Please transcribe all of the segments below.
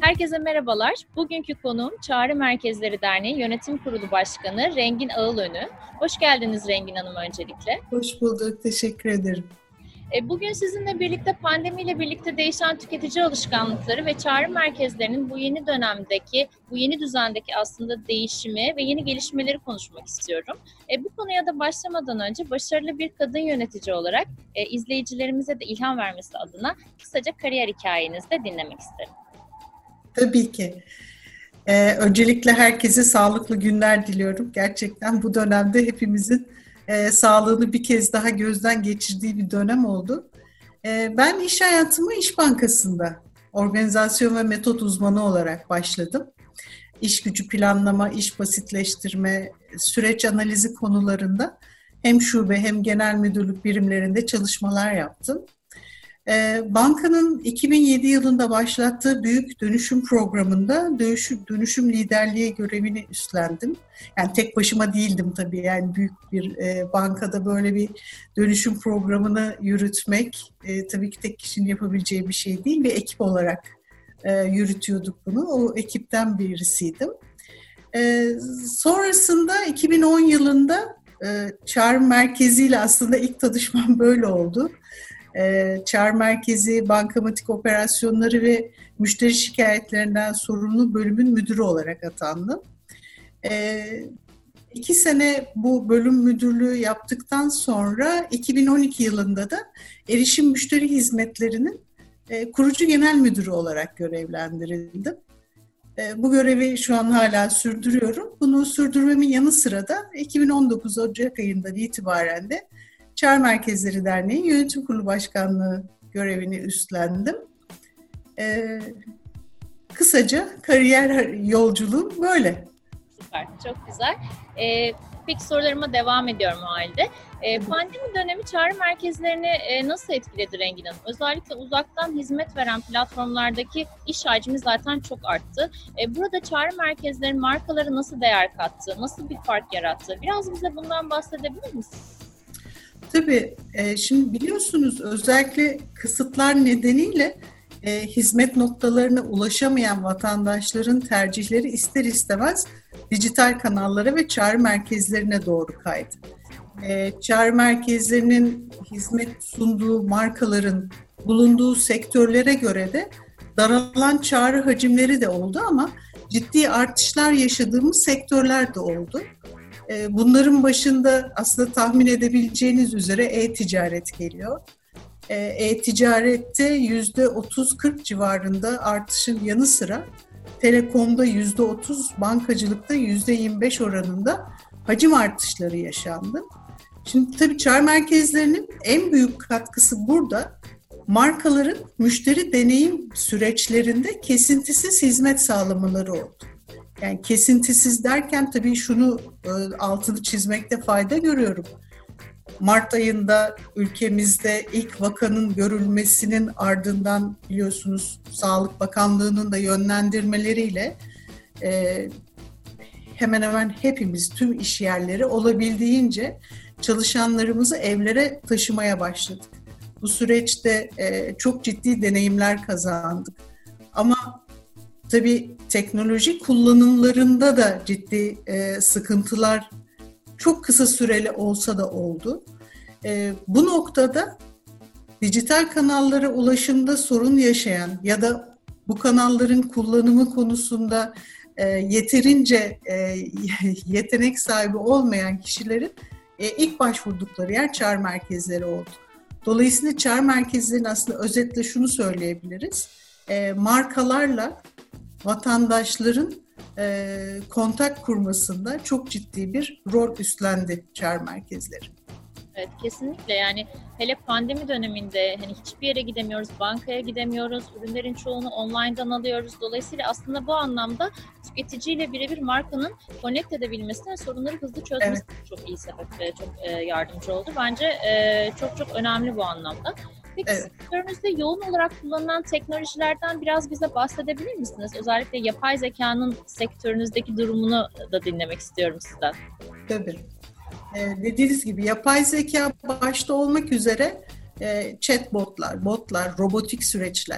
Herkese merhabalar. Bugünkü konuğum Çağrı Merkezleri Derneği Yönetim Kurulu Başkanı Rengin Ağılönü. Hoş geldiniz Rengin Hanım öncelikle. Hoş bulduk, teşekkür ederim. Bugün sizinle birlikte pandemiyle birlikte değişen tüketici alışkanlıkları ve çağrı merkezlerinin bu yeni dönemdeki, bu yeni düzendeki aslında değişimi ve yeni gelişmeleri konuşmak istiyorum. Bu konuya da başlamadan önce başarılı bir kadın yönetici olarak izleyicilerimize de ilham vermesi adına kısaca kariyer hikayenizi de dinlemek isterim. Tabii ki. Öncelikle herkese sağlıklı günler diliyorum. Gerçekten bu dönemde hepimizin sağlığını bir kez daha gözden geçirdiği bir dönem oldu. Ben iş hayatıma İş Bankası'nda organizasyon ve metot uzmanı olarak başladım. İş gücü planlama, iş basitleştirme, süreç analizi konularında hem şube hem genel müdürlük birimlerinde çalışmalar yaptım. Bankanın 2007 yılında başlattığı büyük dönüşüm programında dönüşüm liderliği görevini üstlendim. Yani tek başıma değildim tabii. Yani büyük bir bankada böyle bir dönüşüm programını yürütmek tabii ki tek kişinin yapabileceği bir şey değil. Bir ekip olarak yürütüyorduk bunu. O ekipten birisiydim. Sonrasında 2010 yılında çağrı merkeziyle aslında ilk tanışmam böyle oldu. Çağrı Merkezi Bankamatik Operasyonları ve Müşteri Şikayetlerinden sorumlu bölümün müdürü olarak atandım. 2 sene bu bölüm müdürlüğü yaptıktan sonra 2012 yılında da Erişim Müşteri Hizmetleri'nin kurucu genel müdürü olarak görevlendirildim. Bu görevi şu an hala sürdürüyorum. Bunu sürdürmemin yanı sıra da 2019 Ocak ayından itibaren de Çağrı Merkezleri Derneği Yönetim Kurulu Başkanlığı görevini üstlendim. Kısaca kariyer yolculuğum böyle. Süper, çok güzel. Peki sorularıma devam ediyorum o halde. Pandemi dönemi çağrı merkezlerini nasıl etkiledi Rengin Hanım? Özellikle uzaktan hizmet veren platformlardaki iş hacmi zaten çok arttı. Burada çağrı merkezlerinin markaları nasıl değer kattı? Nasıl bir fark yarattı? Biraz bize bundan bahsedebilir misiniz? Tabii, şimdi biliyorsunuz özellikle kısıtlar nedeniyle hizmet noktalarına ulaşamayan vatandaşların tercihleri ister istemez dijital kanallara ve çağrı merkezlerine doğru kaydı. Çağrı merkezlerinin hizmet sunduğu markaların bulunduğu sektörlere göre de daralan çağrı hacimleri de oldu ama ciddi artışlar yaşadığımız sektörler de oldu. Bunların başında aslında tahmin edebileceğiniz üzere e-ticaret geliyor. E-ticarette %30-40 civarında artışın yanı sıra telekomda %30, bankacılıkta %25 oranında hacim artışları yaşandı. Şimdi tabii çağrı merkezlerinin en büyük katkısı burada markaların müşteri deneyim süreçlerinde kesintisiz hizmet sağlamaları oldu. Yani kesintisiz derken tabii şunu altını çizmekte fayda görüyorum. Mart ayında ülkemizde ilk vakanın görülmesinin ardından biliyorsunuz Sağlık Bakanlığı'nın da yönlendirmeleriyle hemen hemen hepimiz tüm iş yerleri olabildiğince çalışanlarımızı evlere taşımaya başladık. Bu süreçte çok ciddi deneyimler kazandık. Ama tabii teknoloji kullanımlarında da ciddi sıkıntılar çok kısa süreli olsa da oldu. Bu noktada dijital kanallara ulaşımda sorun yaşayan ya da bu kanalların kullanımı konusunda yeterince yetenek sahibi olmayan kişilerin ilk başvurdukları yer çağrı merkezleri oldu. Dolayısıyla çağrı merkezlerinin aslında özetle şunu söyleyebiliriz. Markalarla vatandaşların kontak kurmasında çok ciddi bir rol üstlendi çağrı merkezleri. Evet, kesinlikle. Yani hele pandemi döneminde hani hiçbir yere gidemiyoruz, bankaya gidemiyoruz, ürünlerin çoğunu online'dan alıyoruz. Dolayısıyla aslında bu anlamda tüketiciyle birebir markanın connect edebilmesine, sorunları hızlı çözmesine çok iyi sebep ve çok yardımcı oldu. Bence çok önemli bu anlamda. Peki sektörünüzde yoğun olarak kullanılan teknolojilerden biraz bize bahsedebilir misiniz? Özellikle yapay zekanın sektörünüzdeki durumunu da dinlemek istiyorum sizden. Tabii. Dediğiniz gibi yapay zeka başta olmak üzere chatbotlar, botlar, robotik süreçler,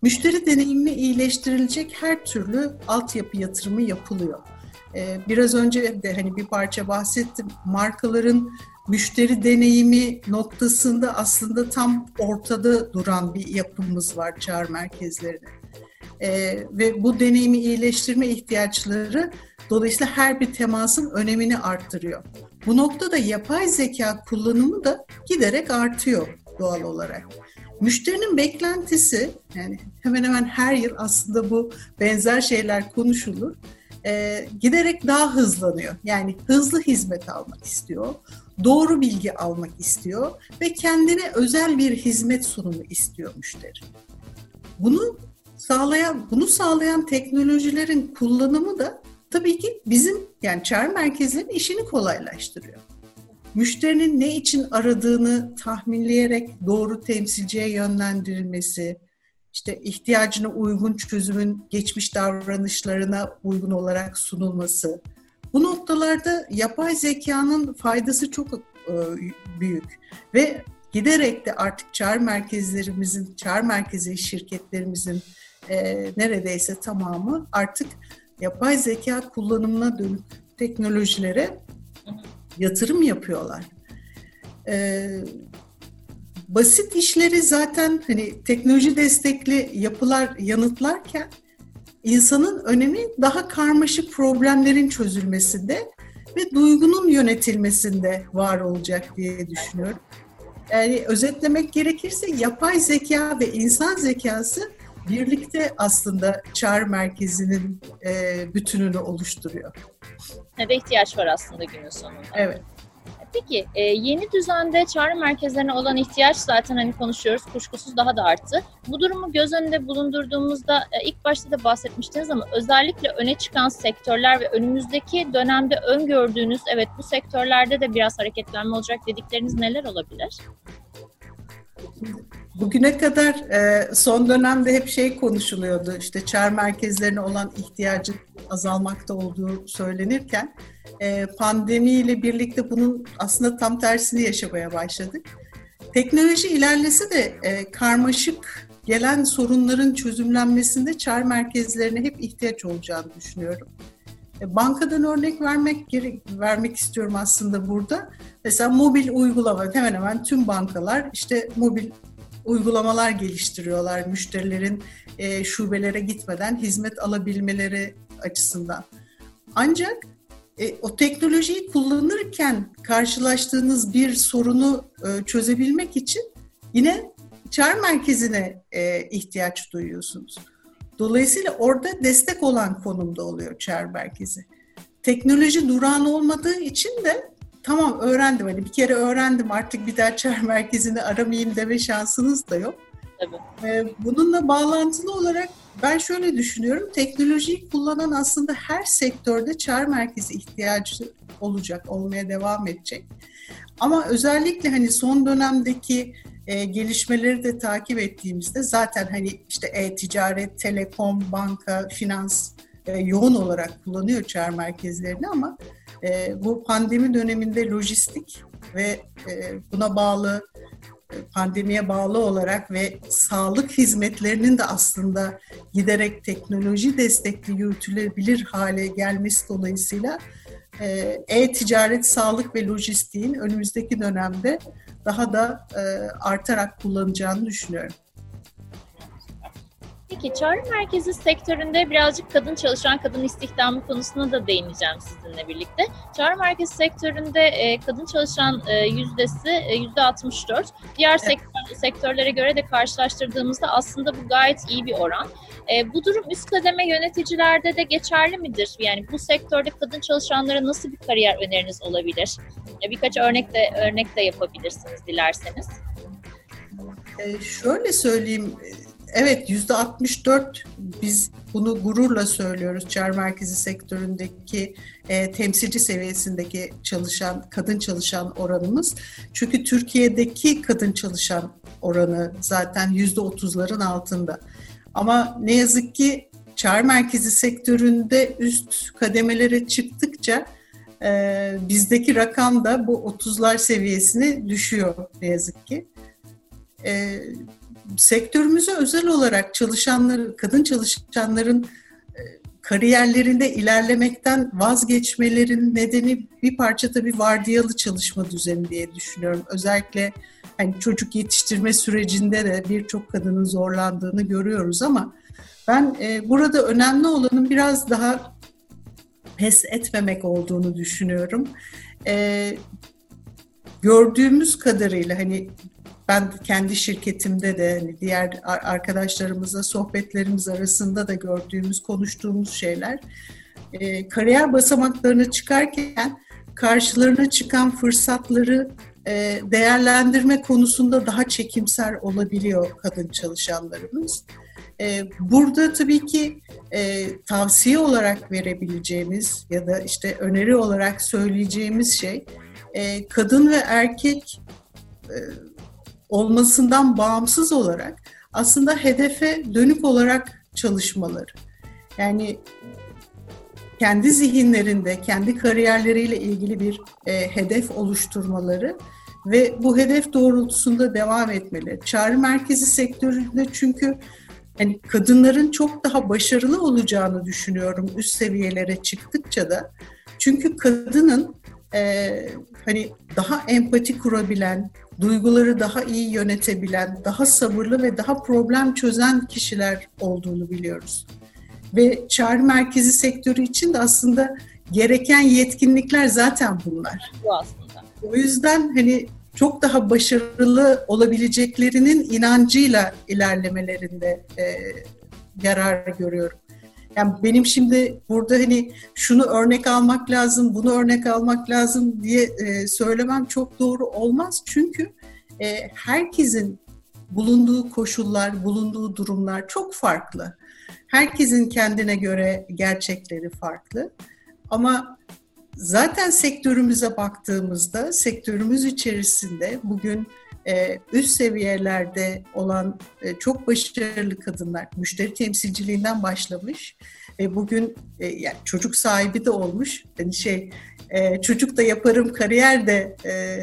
Müşteri deneyimini iyileştirilecek her türlü altyapı yatırımı yapılıyor. Biraz önce de hani bir parça bahsettim. Markaların müşteri deneyimi noktasında aslında tam ortada duran bir yapımız var çağrı merkezlerinde. Ve bu deneyimi iyileştirme ihtiyaçları dolayısıyla her bir temasın önemini arttırıyor. Bu noktada yapay zeka kullanımı da giderek artıyor doğal olarak. Müşterinin beklentisi, yani hemen hemen her yıl aslında bu benzer şeyler konuşulur, giderek daha hızlanıyor. Yani hızlı hizmet almak istiyor, doğru bilgi almak istiyor ve kendine özel bir hizmet sunumu istiyor müşteri. Bunu sağlayan teknolojilerin kullanımı da tabii ki bizim, yani çağrı merkezlerinin işini kolaylaştırıyor. Müşterinin ne için aradığını tahminleyerek doğru temsilciye yönlendirilmesi, işte ihtiyacına uygun çözümün geçmiş davranışlarına uygun olarak sunulması. Bu noktalarda yapay zekanın faydası çok büyük ve giderek de artık çağrı merkezlerimizin, çağrı merkezi şirketlerimizin neredeyse tamamı artık yapay zeka kullanımına dönük teknolojilere yatırım yapıyorlar. Basit işleri zaten hani teknoloji destekli yapılar yanıtlarken insanın önemi daha karmaşık problemlerin çözülmesinde ve duygunun yönetilmesinde var olacak diye düşünüyorum. Yani özetlemek gerekirse yapay zeka ve insan zekası birlikte aslında çağrı merkezinin bütününü oluşturuyor. Ne ihtiyaç var aslında günün sonunda. Evet. Peki yeni düzende çağrı merkezlerine olan ihtiyaç zaten hani konuşuyoruz, kuşkusuz daha da arttı. Bu durumu göz önünde bulundurduğumuzda ilk başta da bahsetmiştiniz ama özellikle öne çıkan sektörler ve önümüzdeki dönemde öngördüğünüz, evet bu sektörlerde de biraz hareketlenme olacak dedikleriniz neler olabilir? Bugüne kadar son dönemde hep şey konuşuluyordu, işte çağrı merkezlerine olan ihtiyacın azalmakta olduğu söylenirken pandemiyle birlikte bunun aslında tam tersini yaşamaya başladık. Teknoloji ilerlese de karmaşık gelen sorunların çözümlenmesinde çağrı merkezlerine hep ihtiyaç olacağını düşünüyorum. Bankadan örnek vermek istiyorum aslında burada. Mesela mobil uygulama, hemen hemen tüm bankalar işte mobil uygulamalar geliştiriyorlar müşterilerin şubelere gitmeden hizmet alabilmeleri açısından. Ancak o teknolojiyi kullanırken karşılaştığınız bir sorunu çözebilmek için yine çağrı merkezine ihtiyaç duyuyorsunuz. Dolayısıyla orada destek olan konumda oluyor çağrı merkezi. Teknoloji durağan olmadığı için de tamam öğrendim, hani bir kere öğrendim artık bir daha çağrı merkezini aramayayım deme şansınız da yok. Tabii. Bununla bağlantılı olarak ben şöyle düşünüyorum, teknolojiyi kullanan aslında her sektörde çağrı merkezi ihtiyacı olacak, olmaya devam edecek. Ama özellikle hani son dönemdeki gelişmeleri de takip ettiğimizde zaten hani işte e-ticaret, telekom, banka, finans yoğun olarak kullanıyor çağrı merkezlerini ama bu pandemi döneminde lojistik ve buna bağlı, pandemiye bağlı olarak ve sağlık hizmetlerinin de aslında giderek teknoloji destekli yürütülebilir hale gelmesi dolayısıyla e-ticaret, sağlık ve lojistiğin önümüzdeki dönemde daha da artarak kullanacağını düşünüyorum. Peki çağrı merkezi sektöründe birazcık kadın çalışan, kadın istihdamı konusuna da değineceğim sizinle birlikte. Çağrı merkezi sektöründe kadın çalışan yüzdesi %64. Diğer sektörlere göre de karşılaştırdığımızda aslında bu gayet iyi bir oran. Bu durum üst kademe yöneticilerde de geçerli midir? Yani bu sektörde kadın çalışanlara nasıl bir kariyer öneriniz olabilir? Birkaç örnek de yapabilirsiniz dilerseniz. Şöyle söyleyeyim. Evet, %64 biz bunu gururla söylüyoruz. Çağrı merkezi sektöründeki temsilci seviyesindeki kadın çalışan oranımız. Çünkü Türkiye'deki kadın çalışan oranı zaten %30'ların altında. Ama ne yazık ki çağrı merkezi sektöründe üst kademelere çıktıkça bizdeki rakam da bu 30'lar seviyesine düşüyor ne yazık ki. sektörümüze özel olarak kadın çalışanların kariyerlerinde ilerlemekten vazgeçmelerinin nedeni bir parça tabii vardiyalı çalışma düzeni diye düşünüyorum. Özellikle hani çocuk yetiştirme sürecinde de birçok kadının zorlandığını görüyoruz ama ben burada önemli olanın biraz daha pes etmemek olduğunu düşünüyorum. Gördüğümüz kadarıyla hani ben kendi şirketimde de hani diğer arkadaşlarımızla sohbetlerimiz arasında da konuştuğumuz şeyler kariyer basamaklarına çıkarken karşılarına çıkan fırsatları değerlendirme konusunda daha çekimser olabiliyor kadın çalışanlarımız. Burada tabii ki tavsiye olarak verebileceğimiz ya da işte öneri olarak söyleyeceğimiz şey kadın ve erkek olmasından bağımsız olarak aslında hedefe dönük olarak çalışmaları. Yani kendi zihinlerinde, kendi kariyerleriyle ilgili bir hedef oluşturmaları ve bu hedef doğrultusunda devam etmeleri. Çağrı merkezi sektöründe çünkü hani kadınların çok daha başarılı olacağını düşünüyorum üst seviyelere çıktıkça da. Çünkü kadının hani daha empati kurabilen, duyguları daha iyi yönetebilen, daha sabırlı ve daha problem çözen kişiler olduğunu biliyoruz. Ve çağrı merkezi sektörü için de aslında gereken yetkinlikler zaten bunlar. Bu aslında. O yüzden hani çok daha başarılı olabileceklerinin inancıyla ilerlemelerinde yarar görüyorum. Yani benim şimdi burada hani şunu örnek almak lazım, bunu örnek almak lazım diye söylemem çok doğru olmaz. Çünkü herkesin bulunduğu koşullar, bulunduğu durumlar çok farklı. Herkesin kendine göre gerçekleri farklı. Ama zaten sektörümüze baktığımızda, sektörümüz içerisinde bugün üst seviyelerde olan çok başarılı kadınlar, müşteri temsilciliğinden başlamış ve bugün yani çocuk sahibi de olmuş. Yani çocuk da yaparım, kariyer de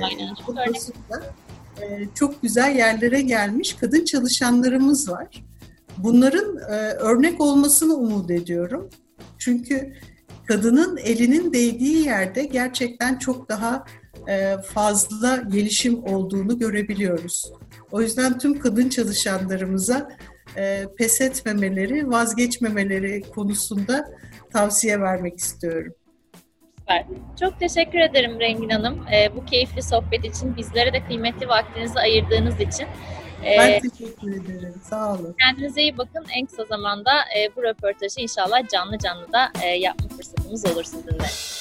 çok güzel yerlere gelmiş kadın çalışanlarımız var. Bunların örnek olmasını umut ediyorum. Çünkü kadının elinin değdiği yerde gerçekten çok daha fazla gelişim olduğunu görebiliyoruz. O yüzden tüm kadın çalışanlarımıza pes etmemeleri, vazgeçmemeleri konusunda tavsiye vermek istiyorum. Süper. Çok teşekkür ederim Rengin Hanım. Bu keyifli sohbet için, bizlere de kıymetli vaktinizi ayırdığınız için. Ben teşekkür ederim. Sağ olun. Kendinize iyi bakın. En kısa zamanda bu röportajı inşallah canlı da yapma fırsatımız olur sizinle.